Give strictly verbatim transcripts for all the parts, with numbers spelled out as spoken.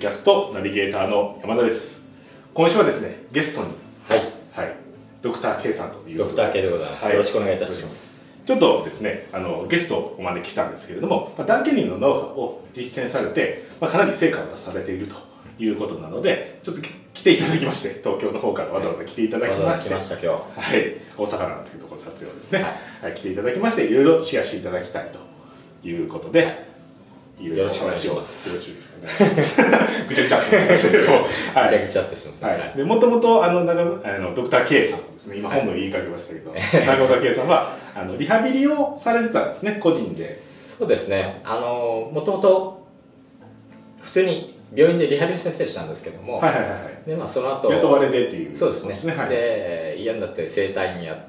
キャストナビゲーターの山田です。今週はですね、ゲストに、 はいはい、ドクター K さんというドクター K でございます、はい、よろしくお願いいたします。 ちょっとですね、あのゲストをお招きしたんですけれども、まあ、ダンケリンのノウハウを実践されて、まあ、かなり成果を出されているということなので、ちょっと来ていただきまして、東京の方からわざわざ来ていただきまして、 わざわざ来ました今日、 はい、大阪なんですけど、この撮影をですね、 はいはい、来ていただきまして、いろいろシェアしていただきたいということで、はい、いろいろよろしくお願いします。 よろしくお願いします。ぐちゃぐちゃってなりましたけど、はい、 ぐちゃぐちゃってしてますね。 はい。で、もともとあの長あのドクター K さんですね。今本名言いかけましたけど、長田 K さんはあのリハビリをされてたんですね、個人で。 そうですね。あのもともと普通に病院でリハビリ先生したんですけども、 はいはいはいはい。 でまあその後雇われでっていう、 そうですね。 はい、 で嫌になって整体院やって、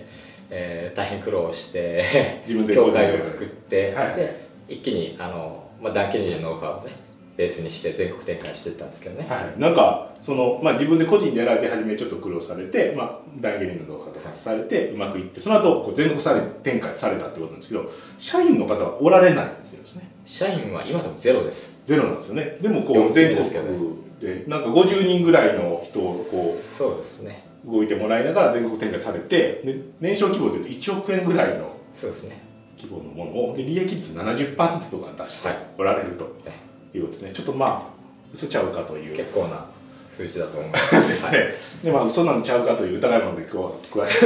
えー、大変苦労して自分で協会を作って、 はい、 で一気にあのまあダンケリンのノウハウをねベースにして全国展開していったんですけどね。 はい、なんかその、まあ、自分で個人でやられて初めちょっと苦労されて、まあ、ダンケリンのノウハウとかされてうまくいって、その後こう全国され展開されたってことなんですけど、社員の方はおられないんですよね。 社員は今でもゼロです。 ゼロなんですよね。でもこう全国でなんかごじゅうにんぐらいの人をこうそうですね動いてもらいながら全国展開されて、で年商規模でいうといちおくえんぐらいのそうですね規模のものをで利益率 ななじゅっパーセント とか出しておられるということですね。ちょっとまあ嘘ちゃうかという結構な数字だと思いますですね。はい、でまあ嘘なんちゃうかという疑いもで今日は詳しく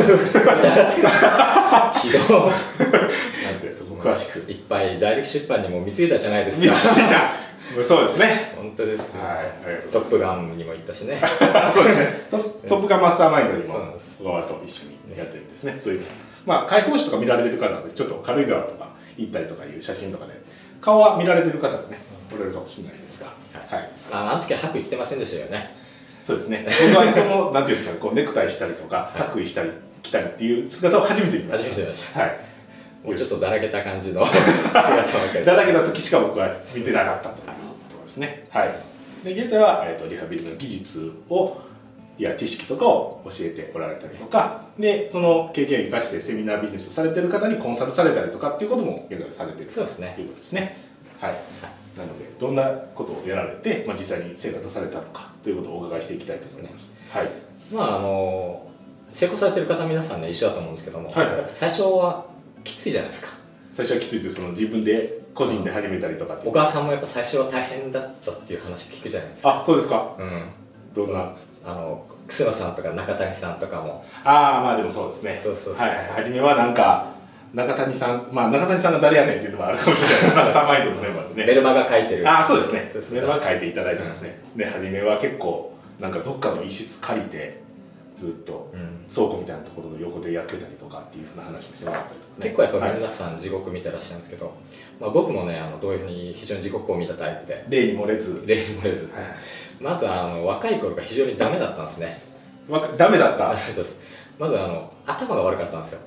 ひどいなんでそこ詳しくいっぱい大歴出版にも貢いだじゃないですか。 貢いだそうですね。 本当です、 はい、 トップガンにも行ったしねそうですね。トップガンマスターマインドにも小川と一緒にやってるんですね。そういうまあ解放誌とか見られてる方はちょっと軽井沢とか行ったりとかいう写真とかで顔は見られてる方がねおられるかもしれないですが、 はい、あの時は白衣着てませんでしたよね。 そうですね。僕はこのなんていうんですかね、こうネクタイしたりとか白衣したり着たりっていう姿を初めて見ました。 初めて見ました。 はい。 もうちょっとだらけた感じの姿ばかり。 だらけた時しか僕は見てなかったということですね。はい。で現在はえっとリハビリの技術をいや知識とかを教えておられたりとか、でその経験を生かしてセミナービジネスをされている方にコンサルされたりとかっていうことも現在されているそうですねということですね。はい。はいなのでどんなことをやられて、まあ、実際に成果出されたのかということをお伺いしていきたいと思います。はい、 まああの成功されてる方皆さんね一緒だと思うんですけども、 はい、 やっぱ最初はきついじゃないですか。 最初はきついというその自分で個人で始めたりとかっていう、 お母さんもやっぱ最初は大変だったっていう話聞くじゃないですか。 あ、そうですか。 うん。 どんなあの楠野さんとか中谷さんとかも。 ああまあでもそうですね。 そうそうそうそう。 はい、初めはなんか中谷さん、まあ中谷さんが誰やねんっていうのもあるかもしれない。マスターマインドのメンバーでね。 メルマガ書いてる。 ああそうですね。メルマガ書いていただいてますね。うん、で初めは結構なんかどっかの一室借りてずっと倉庫みたいなところの横でやってたりとかっていうふうな話もしてもらったりとか、ね、 結構やっぱ皆さん地獄見てらっしゃるんですけど、まあ、僕もねあのどういうふうに非常に地獄を見たタイプで例に漏れず例に漏れずですね、はい、まずあの若い頃が非常にダメだったんですね。 ダメだったそうです。まずあの頭が悪かったんですよ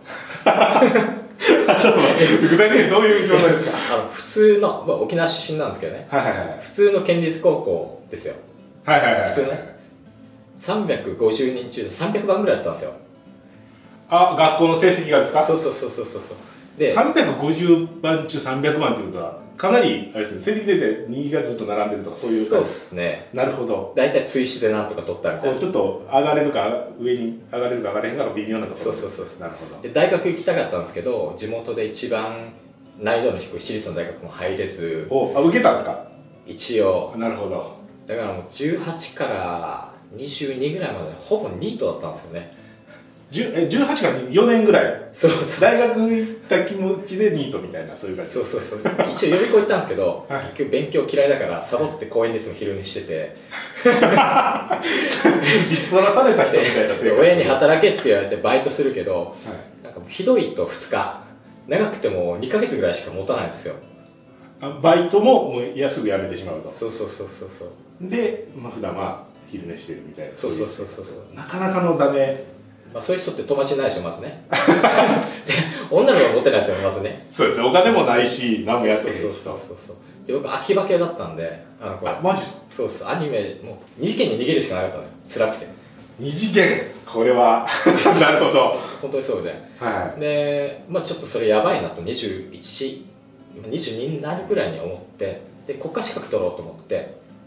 具体的にどういう状態ですか？ あの普通の、まあ、沖縄出身なんですけどね、 はいはいはい、 普通の県立高校ですよ。 はいはいはい、はい、 普通ねさんびゃくごじゅうにん中でさんびゃくばんぐらいだったんですよ。 あ、学校の成績がですか？ そうそうそうそうそうでさんびゃくごじゅうばん中さんびゃくばんということはかなりあれですね、成績出てにいがずっと並んでるとかそういうそうですね。 なるほど。 大体追試でなんとか取ったみたいな、 こうちょっと上がれるか上に上がれるか上がれへんかの微妙なところ。 そうそうそうそう。 なるほど。 で大学行きたかったんですけど地元で一番難易度の低い私立の大学も入れず。 おあ受けたんですか？ 一応。 なるほど。 だからもうじゅうはちからにじゅうにぐらいまでほぼニートだったんですよね。 じゅうえじゅうはちからよねんぐらい。 そうそうそう。 大学行った気持ちでニートみたいなそういう感じ。 そうそうそう。一応予備校行ったんですけど、 はい、 結局勉強嫌いだからサボって公園でいつも昼寝しててリストラされた人みたいな生活。 親に働けって言われてバイトするけど、 はい、 なんかひどいとふつか長くてもにかげつぐらいしか持たないんですよ。 あバイトももういやすぐ辞めてしまうと。 そうそうそうそうそう。 で、まあ、普段は昼寝してるみたいな。 そうそうそうそうそう。 なかなかのダメ。 まあ、そういう人って友達いないでしょまずねで女の子は持ってないですよまずね。 そうですね、お金もないし何もやってへんし。 そうそうそうそう。で僕秋葉系だったんであのこれあマジそうそうアニメもうに次元に逃げるしかなかったんですよ辛くて。 に次元これはなるほど本当にそうで、 はい、 で、まあ、ちょっとそれやばいなとにじゅういち、にじゅうにになるぐらいに思ってで国家資格取ろうと思って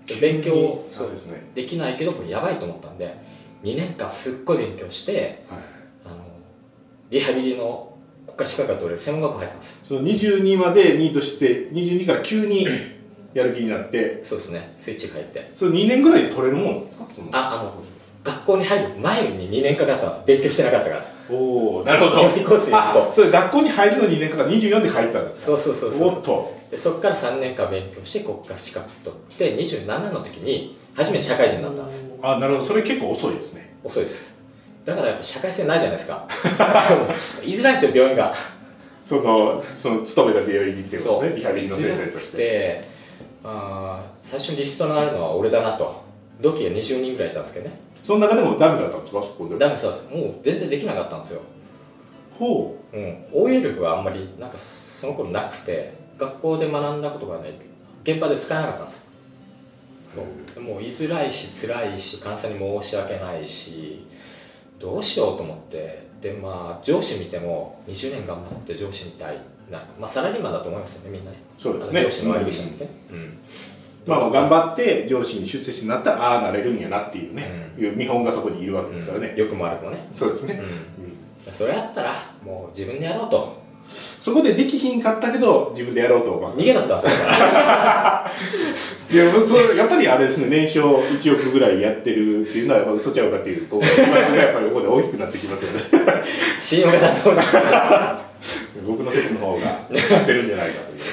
勉強そうですねできないけどこれやばいと思ったんでにねんかんすっごい勉強して、はい、あのリハビリの国家資格が取れる専門学校入ったんですよ。 そのにじゅうにまでニートしてにじゅうにから急にやる気になってそうですねスイッチが入ってそれにねんぐらいで取れるもんですか？ ああの学校に入る前ににねんかかったんです勉強してなかったから。 おおなるほど。 予備コースあそれ学校に入るのにねんかかにじゅうよんで入ったんですか？ そうそうそうそうおっとでそこからさんねんかん勉強して国家資格取ってにじゅうななの時に初めて社会人になったんです。 あなるほどそれ結構遅いですね。 遅いです。だからやっぱ社会性ないじゃないですか言いづらいんですよ病院がそのその勤めた病院にってことですねリハビリの先生としてであ最初にリストになるのは俺だなと同期がにじゅうにんぐらいいたんですけどね。 その中でもダメだったんですか？そこでダメですもう全然できなかったんですよ。 ほう、 うん、応用力があんまりなんかその頃なくて学校で学んだことがね現場で使えなかったんですよ。そうもう居づらいし辛いし患者さんに申し訳ないしどうしようと思ってでまあ上司見てもにじゅうねん頑張って上司みたいな、まあ、サラリーマンだと思いますよねみんなね。 そうですね上司の悪口じゃなくて、うんうんまあ、まあ頑張って上司に出世してなったらああなれるんやなっていうね、うん、いう見本がそこにいるわけですからね、 うん、よくも悪くもね。 そうですね、 うん、それやったらもう自分でやろうと。 そこでできひんかったけど自分でやろうと、 まあ、逃げだったんですよいやそれやっぱりあれですね年商いちおくぐらいやってるっていうのはやっぱ嘘ちゃうかっていうこう不安がやっぱりここで大きくなってきますよね信用がだんだん落ちて僕の説の方が合ってるんじゃないかという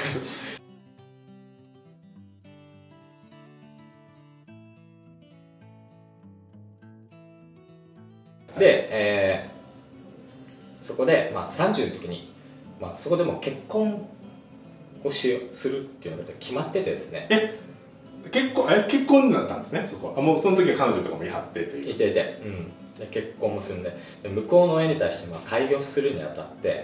で、えー、そこで、まあ、さんじゅうの時に、まあ、そこでも結婚をしするっていうのが決まっててですね。 え結婚え結婚になったんですねそこあもうその時は彼女とかもいはってといういていて、うん、で結婚もするんでで向こうの親に対してまあ開業するにあたって、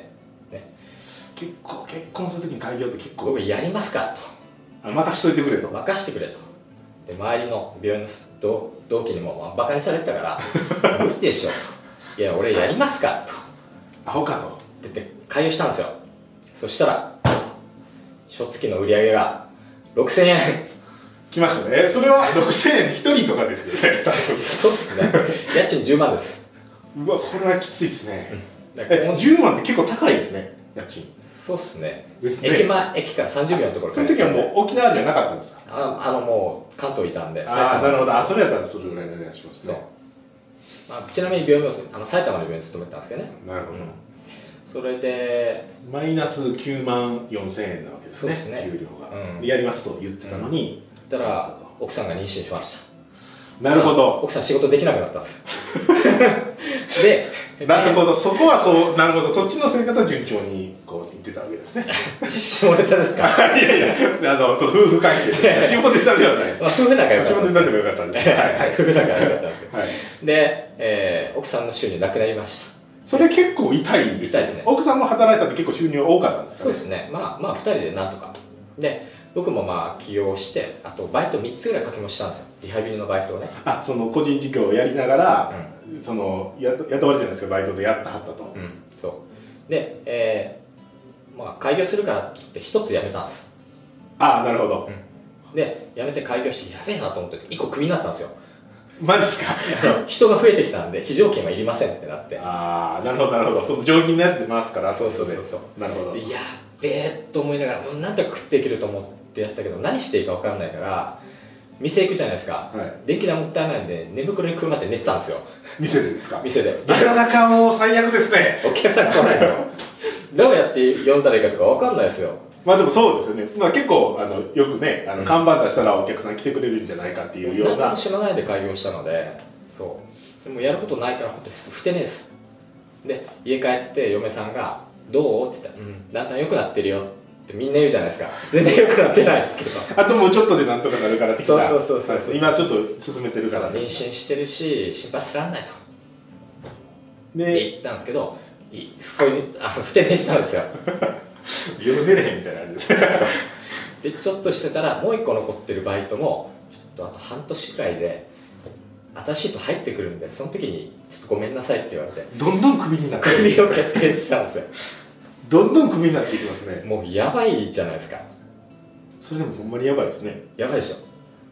ね、 結構結婚する時に開業って結構僕やりますかとあ任しといてくれと任してくれとで周りの病院の同同期にも、まあ、バカにされてたから無理でしょといや俺やりますかとアホかとって言って開業したんですよ。そしたら初月の売り上げがろくせんえん来ましたね。それはろくせんえんひとりとかですよねそうですね家賃じゅうまんです。 うわこれはきついですね、うん、 えじゅうまんって結構高いですね家賃。 そうっすねですね。 駅前駅からさんじゅうびょうのところその時はもう沖縄じゃなかったんですか？ ああのもう関東いたんでああなるほどあそれやったらそれぐらいの値段しますね。 そう、まあ、ちなみに病院もあの埼玉の病院に勤めてたんですけどね。 なるほど、うん、 それでマイナスきゅうまんよんせんえんなわけですね。そうですね給料が、うん、やりますと言ってたのに、 うん、たら奥さんが妊娠しました。 なるほど奥さん仕事できなくなったんですでなるほどそこはそうなるほどそっちの生活は順調にこういってたわけですね下ネタですかいやいやあのそう夫婦関係で下ネタではないです、 まあ、夫婦仲良かった下ネタでもよかったんですはいはい夫婦仲良かったんですけど、 はい、 で、えー、奥さんの収入なくなりました。 それ結構痛いんですよ。 痛いですね。 奥さんも働いたって結構収入多かったんですかね。 そうですねまあまあふたりでなんとかで僕もまあ起業してあとバイトみっつぐらい掛け持ちしたんですよリハビリのバイトをね。 あその個人事業をやりながら、うん、そのや雇われじゃないですかバイトでやったはったと、 うん、そうで、えー、まあ開業するからって言ってひとつ辞めたんです。 ああなるほど、 うん、で辞めて開業してやべえなと思っていっこクビになったんですよ。 マジっすか人が増えてきたんで非常勤はいりませんってなって。 ああなるほどなるほどその常勤のやつで回すからそうそうそうそうなるほど。 でやっべえと思いながらもうなんとか食っていけると思ってやったけど何していいか分かんないから店行くじゃないですか、はい、電気代もったいないんで寝袋にくるまって寝てたんですよ。 店でですか？ 店でなかなかもう最悪ですねお客さん来ないのどうやって呼んだらいいかとか分かんないですよ。 まあでもそうですよね、まあ、結構あのよくねあの、うん、看板出したらお客さん来てくれるんじゃないかっていうような何も知らないで開業したのでそうでもやることないから本当にふてねえですで家帰って嫁さんが「どう?」って言ったら「うん、だんだん良くなってるよ」ってみんな言うじゃないですか。全然良くなってないですけどあともうちょっとでなんとかなるから的な。 そうそうそうそう今ちょっと進めてるから妊娠してるし心配してらんないとでで言ったんですけどそういうあのふて寝したんですよ夜寝れへんみたいな感じですでちょっとしてたらもう一個残ってるバイトもちょっとあと半年くらいで新しい人入ってくるんでその時にちょっとごめんなさいって言われてどんどんクビになってクビを決定したんですよどんどんクビになっていきますね。 もうやばいじゃないですか。 それでもほんまにやばいですね。 やばいでしょ。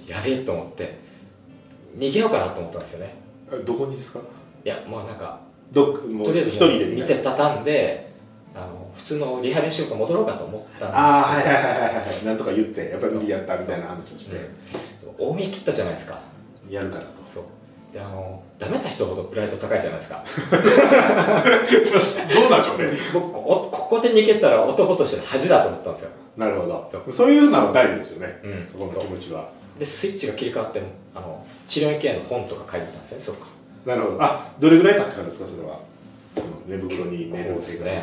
やべえと思って逃げようかなと思ったんですよね。 どこにですか？ いやまあなんかどもうとりあえず一人でみたいな店畳んであの普通のリハビリ仕事戻ろうかと思ったんですよ。 ああはいはいはいはいはいなんとか言ってやっぱり無理やったみたいな話をして、 大見え切ったじゃないですか。 やるからと。 そうであのダメな人ほどプライド高いじゃないですか。 どうなんでしょうね。 僕こここで逃げたら男として恥だと思ったんですよ。 なるほど。そう、そういうのは大事ですよね、 うん、 そこの気持ちは。 でスイッチが切り替わってあの治療院系の本とか書いてたんですね。そっか。 なるほど。あ、どれぐらい経ってからですかそれは。寝袋に寝る生活が始まって。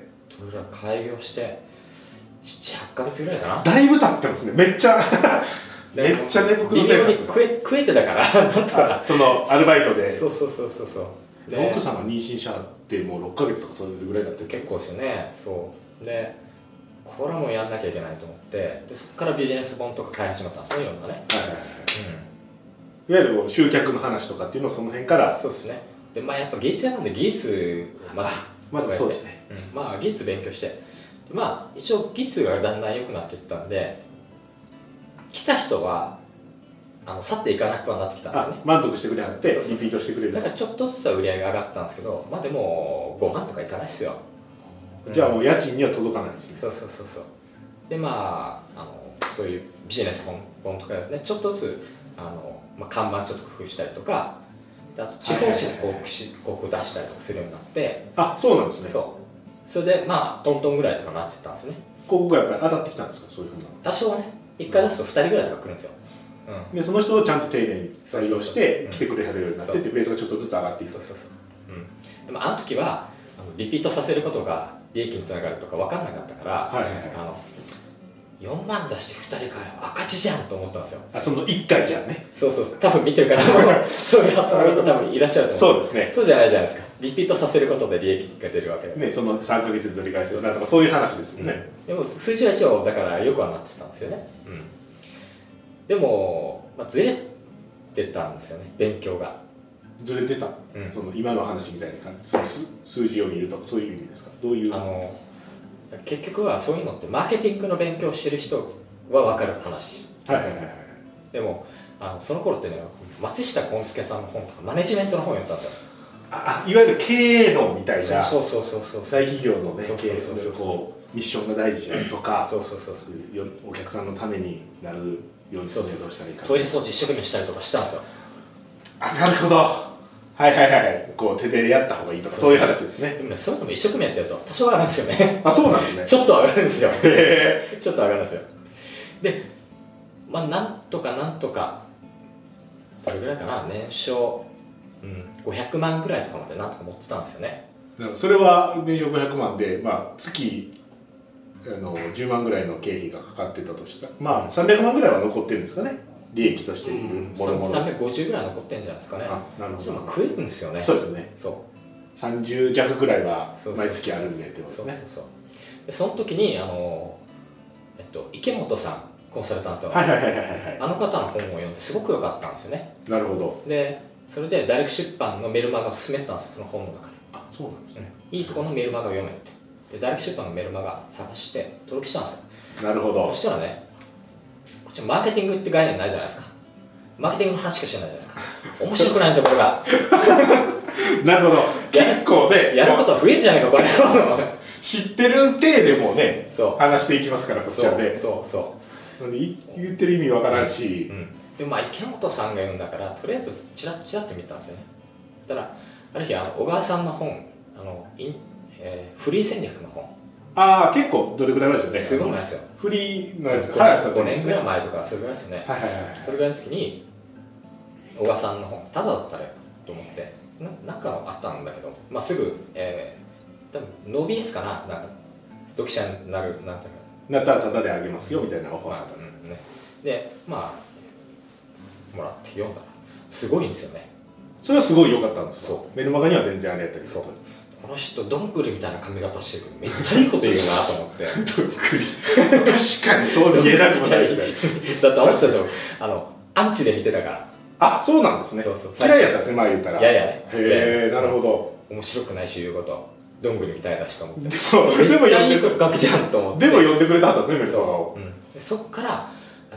どれぐらい開業してななはちかげつぐらいかな。 だいぶ経ってますね。めっちゃめっちゃ寝袋生活。 微妙に食え食えてたからなんとかそのアルバイトで。 そうそうそうそうそう。 奥さんが妊娠しちゃってもうろっかげつとかそれぐらいだって結構ですよね。そうでこれはもうやんなきゃいけないと思ってでそこからビジネス本とか買い始めたんですよいろんなね。 はいはいはい、うん、いわゆる集客の話とかっていうのをその辺からそうですね。でまあやっぱ技術屋なんで技術まずまずそうですね、 うん、まあ技術勉強してまあ一応技術がだんだん良くなっていったんで来た人はあの去っていかなくはなってきたんですね。 満足してくれはってリピートしてくれる。 だからちょっとずつは売り上げ上がったんですけどまあでもごまんとかいかないですよ。 じゃあもう家賃には届かないですね。 そうそうそうそうでまああのそういうビジネス本本とかねちょっとずつあの、まあ、看板ちょっと工夫したりとかあと地方紙に広告広告出したりとかするようになってあそうなんですね。 そうそれでまあトントンぐらいとかなってったんですね。 広告がやっぱり当たってきたんですかそういうふうな。 多少はねいっかい出すとふたりぐらいとか来るんですよ。 うん、でその人をちゃんと丁寧に採用して来てくれはるようになってってベースがちょっとずつ上がっていく。 そうそうそう、うん、でもあの時はあのリピートさせることが利益につながるとか分からなかったから、はいはいはい、あのよんまん出してふたりかよ赤字じゃんと思ったんですよ。 あそのいっかいじゃんね。 そうそうそう多分見てる方もそういう発想の方多分いらっしゃると思う。 そうですね。 そうじゃないじゃないですか。リピートさせることで利益が出るわけで、 ね、そのさんかげつで取り返すよなとかそういう話ですよね、 うん、でも数字は一応だからよくはなってたんですよね、うん、でも、まあ、ずれてたんですよね勉強がずれてた、うん、その今の話みたいな感じその数字を見るとかそういう意味ですかどういうあの結局はそういうのってマーケティングの勉強をしてる人は分かる話なんですね。でもあのその頃ってね松下幸之助さんの本とかマネジメントの本を読んだんですよ。 あいわゆる経営論みたいなそうそうそうそう大企業のね経営のこうミッションが大事とかそうそうそうお客さんのためになるように進めどうしたらいいかトイレ掃除一生懸命したりとかしたんですよ。 あなるほどはいはいはいこう手でやった方がいいとかそういう話ですね。 でもねそういうのも一生懸命やってると多少上がるんですよね。 あそうなんですね。 ちょっと上がるんですよ。ちょっと上がるんですよ。でまあなんとかなんとかどれぐらいかな年商、うん、ごひゃくまんぐらいとかまでなんとか持ってたんですよね。 それは年商ごひゃくまんで、まあ、月あのじゅうまんぐらいの経費がかかってたとしたらまあさんびゃくまんぐらいは残ってるんですかね利益としているものものさんびゃくごじゅうぐらい残ってるんじゃないですかね。あなるほど食えるんですよね。 そうですよね。そうさんじゅう弱ぐらいは毎月あるんでってことですね。 そうそうそうでその時にあの、えっと、池本さんコンサルタントのあの方の本を読んですごく良かったんですよね。 なるほど。 でそれで大学出版のメルマガを勧めたんですよその本の中で。 あそうなんですね、 うん、いいところのメルマガを読めってで大学出版のメルマガ探して登録したんですよ。 なるほど。 そしたらねこっちマーケティングって概念ないじゃないですか。マーケティングの話しかしないじゃないですか。面白くないんですよこれが。 なるほど結構ねやること増えるじゃないかこれ。 知ってる体でもねそう話していきますからこっちはね。 そうそう言ってる意味わからんし、 うんうん、でもまあ池本さんが言うんだからとりあえずチラッチラって見たんですよね。だからある日あの小川さんの本あのイン、えー、フリー戦略の本ああ結構どれぐらい前ですよね。 すごい前ですよ。 フリーのやつが流行ったごねんぐらい前とかそれぐらいですよね。 はいはいはい、 それぐらいの時に小川さんの本ただだったらと思ってななんかあったんだけど、まあ、すぐ、えー、多分ノービーエスかななんか読者になるなんていうかなったらタダであげますよみたいなオファーがあった、 うんね、でまあもらって読んだらすごいんですよね。 それはすごい良かったんですよ。メルマガには全然あれやったけどそうこの人どんぐりみたいな髪型してるめっちゃいいこと言うなと思ってどんぐり確かにそう見えなくもないみたいだって思ったんですよあのアンチで見てたから。 あそうなんですね。そうそう嫌いやったんですね前言ったら。 いやいやねへえなるほど。 面白くないし言うことどんぐりみたいだしと思ってでもめっちゃいいこと書くじゃんと思ってでも読んでくれたんですねメルマガを。 そっから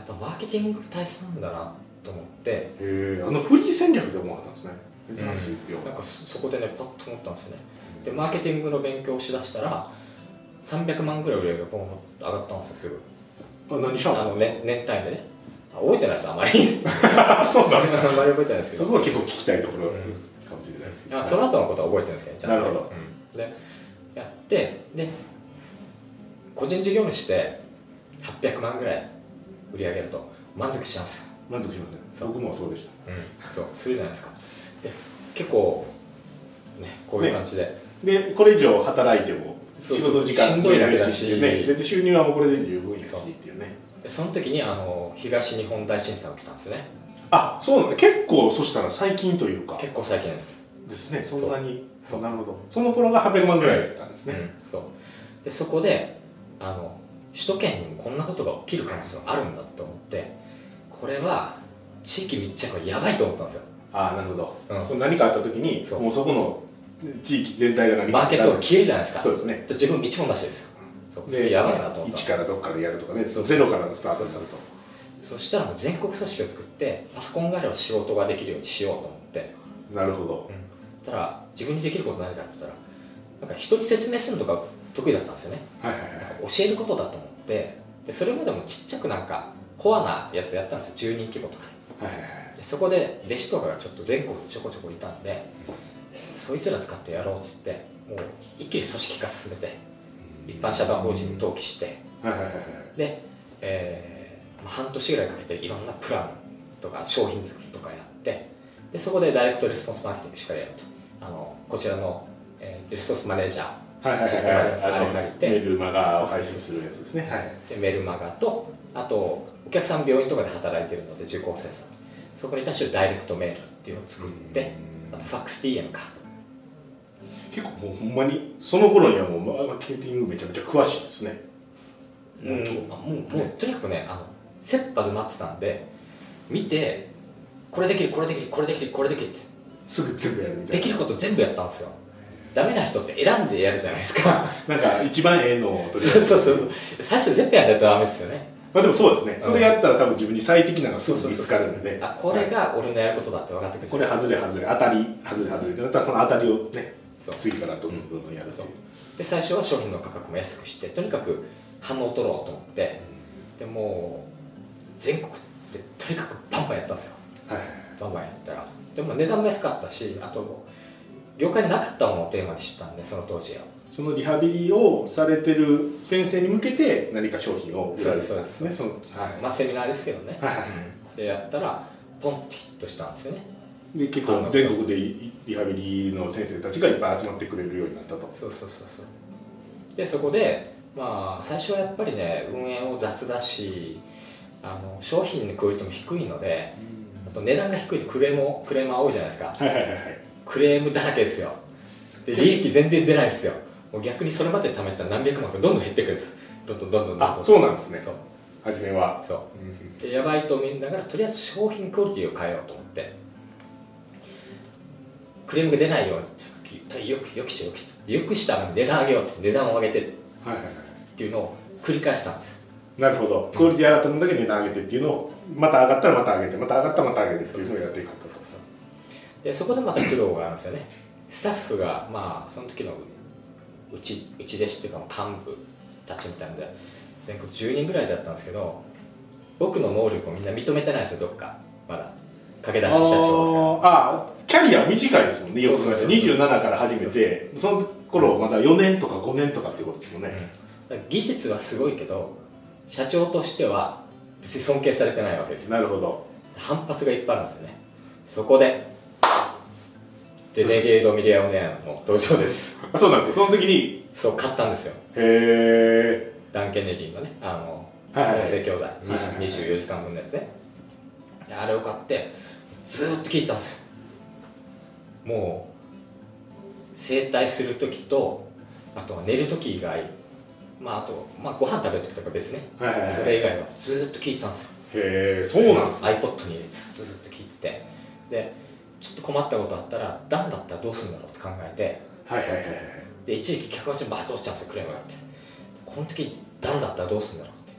ぱマーケティング大切なんだなと思って、へえあのフリー戦略で思われたんですね。珍しいっていう、 うん、なんか そ, そこでねパッと思ったんですよね。でマーケティングの勉強をしだしたらさんびゃくまんぐらい売り上げがポンと上がったんですよ、すぐ。 あ、何したの？ あの、ね、年単位でね。覚えてないです、あまり。 そうなんですか。 あまり覚えてないですけど。 そこは結構聞きたいところかもしれないですけど、 うん、その後のことは覚えてるんですけど、ちゃんと。 なるほど。 うん、でやってで個人事業主ではっぴゃくまんぐらい売り上げると満足しちゃうんですよ。 満足しますね。僕もそうでした。 うん、そうするじゃないですか。で結構ねこういう感じで、 ね、でこれ以上働いても仕事時間しんどいだけだし、 ね、別に収入はもうこれで十分いいしっていうね。 でその時にあの東日本大震災が起きたんですよね。 あ、そうなの。結構そしたら最近というか。 結構最近ですですね。そんなに。そう、なるほど。その頃がはっぴゃくまんぐらいだったんですね。 うん、そうでそこであの首都圏にもこんなことが起きる可能性があるんだと思って、これは地域密着はやばいと思ったんですよ。 ああ、なるほど。 うん、 その何かあった時にそもうそこの地域全体が何かマーケットが消えるじゃないですか。 そうですね。 自分一問出しですよ。そうそれやばいなと思った。 いちからどっからやるとかね、ゼロからのスタートになると。 そしたらもう全国組織を作ってパソコンがあれば仕事ができるようにしようと思って。 なるほど。 うん、そしたら自分にできること何かって言ったら、なんか人に説明するのが得意だったんですよね。 はいはいはい。 教えることだと思って、でそれまでもちっちゃくなんかコアなやつやったんですよ、じゅうにん規模とかで。はいはいはい、でそこで弟子とかがちょっと全国にちょこちょこいたんで、そいつら使ってやろうっつってもう一気に組織化進めて一般社団法人に登記して、はいはいはいはい、で、えー、半年ぐらいかけていろんなプランとか商品作りとかやって、でそこでダイレクトレスポンスマーケティングしっかりやると、あのこちらの、えー、レスポンスマネージャーシステムあります、あれ借りてメルマガを配信するやつですね。はい、 でメルマガと、あとお客さん病院とかで働いてるので受講生さん、そこに対してダイレクトメールっていうのを作って、あとファックス ディーエム か。 結構もうほんまにその頃にはもうマーケティングめちゃめちゃ詳しいですね。 うん、もうもうとにかくね、あの切羽詰まってたんで、見てこれできるこれできるこれできるこれできるってすぐ全部やるみたいな。 できること全部やったんですよ。ダメな人って選んでやるじゃないですか。 なんか一番ええのを取り入れる。そうそうそう。最初全部やらないとダメですよね。 まあでもそうですね。それやったら多分自分に最適なのがすぐ見つかるので、 あ、これが俺のやることだって分かってくる。 これ外れ外れ当たり外れ外れってなったらその当たりをね、次からどんどんどんどんやると。 で最初は商品の価格も安くして、とにかく反応を取ろうと思って、でもう全国ってとにかくバンバンやったんですよ。はい、バンバンやったら、でも値段も安かったし、あと業界になかったものをテーマにしてたんで、その当時は。そのリハビリをされてる先生に向けて何か商品を売られてたんですね。 そうです、はい、まあセミナーですけどね。はいはい、うん、でやったらポンってヒットしたんですよね。 で結構全国でリハビリの先生たちがいっぱい集まってくれるようになったと。 そうそうそうそう。でそこでまあ最初はやっぱりね、運営を雑だし、あの商品のクオリティも低いので、あと値段が低いとクレームもクレーム多いじゃないですか。はいはいはいはい。クレームだらけですよ。で利益全然出ないですよ。もう逆にそれまで貯めた何百万かどんどん減っていくんです。どんどんどんどんどんどん。 あ、そうなんですね。そう。初めは。 そう。でやばいと見ながらとりあえず商品クオリティを変えようと思って、クレームが出ないようにとよくよくしてよくしてよくしたのに値段上げようって値段を上げてっていうのを繰り返したんですよ。 なるほど。クオリティ上がった分だけ値段上げてっていうのをまた上がったらまた上げてまた上がったらまた上げてっていうのをやっていくと。そうそう。 でそこでまた苦労があるんですよね。スタッフがまあその時のうちうち弟子というか幹部たちみたいなので全国じゅうにんぐらいだったんですけど、僕の能力をみんな認めてないですよ、どっかまだ駆け出し社長が。ああ、キャリア短いですもんね。よく考えてにじゅうななから始めて、その頃まだよねんとかごねんとかっていうことですもんね。 うん、技術はすごいけど社長としては別に尊敬されてないわけですよ。 なるほど。 反発がいっぱいあるんですよね。そこでレネゲード・ミリオネアの登場です。 あ、そうなんですよ。その時にそう買ったんですよ。 へえ。 ダン・ケネディのね、あの音声教材にじゅうよじかんぶんのやつね。あれを買ってずーっと聞いたんですよ。もう整体する時と、あとは寝る時以外、まああとまあご飯食べる時とか別ね、はいはいはい、それ以外はずーっと聞いたんですよ。 へえ、そうなんですね。 iPod にずっとずっと聞いてて、でちょっと困ったことあったらダンだったらどうするんだろうって考えて、はいはいはいはい、で一時期客足バーッと落ちちゃうんですよ、クレームがあって。この時ダンだったらどうするんだろうって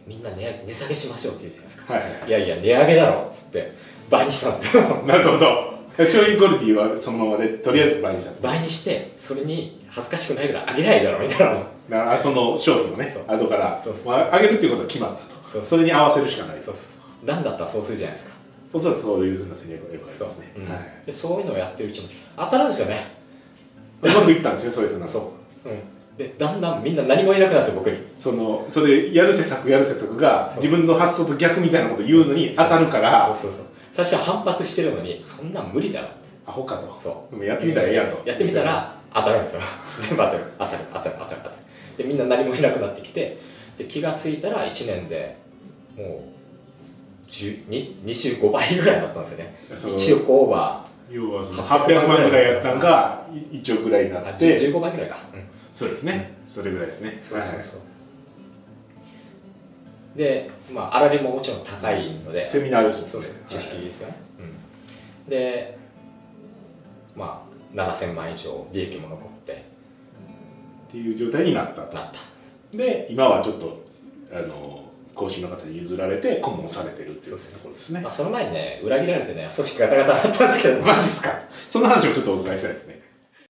みんな 値, 値下げしましょうって言うじゃないですか、 はいはいはい、 いやいや値上げだろっつって倍にしたんですよなるほど。商品クオリティはそのままでとりあえず倍にしたんです、ね、 倍にしてそれに恥ずかしくないぐらい上げないだろみたいななその商品をね後からそうそうまあ、上げるっていうことが決まったと。そうそれに合わせるしかない。 そうそうそうなんだったらそうするじゃないですか。 おそらくそういうふうな戦略がよくありますね。 そう、うんはい、 でそういうのをやってるうちに当たるんですよね。 うまくいったんですよそういうふうな。 そう、うん、でだんだんみんな何も言えなくなるんですよ僕に。 そのそれやる施策やる施策が自分の発想と逆みたいなこと言うのに当たるから。 そうそうそう最初は反発してるのにそんなん無理だろアホかと。 そうでもやってみたらええやんと。 やってみたら当たるんですよ全部当たる当たる当たる当たる当たるでみんな何も言えなくなってきてで気がついたらいちねんでもうにじゅうごばいぐらいになったんですよね。いちおくオーバー要はそのはっぴゃくまんぐらいやったのがいちおくぐらいになってじゅうごばいぐらいか、うん、 そうですね、うん、それぐらいですね。 そうそうそう、はい、でまあ粗利ももちろん高いのでセミナーですね。 そうそう知識ですよね、はい、うん、でまあななせんまん以上利益も残ってっていう状態になったと。 なったで今はちょっとあの講師の方に譲られて顧問されてるっていうところですね。 まあ、その前にね裏切られてね組織ガタガタだったんですけどマジっすか。その話をちょっとお伺いしたいですね。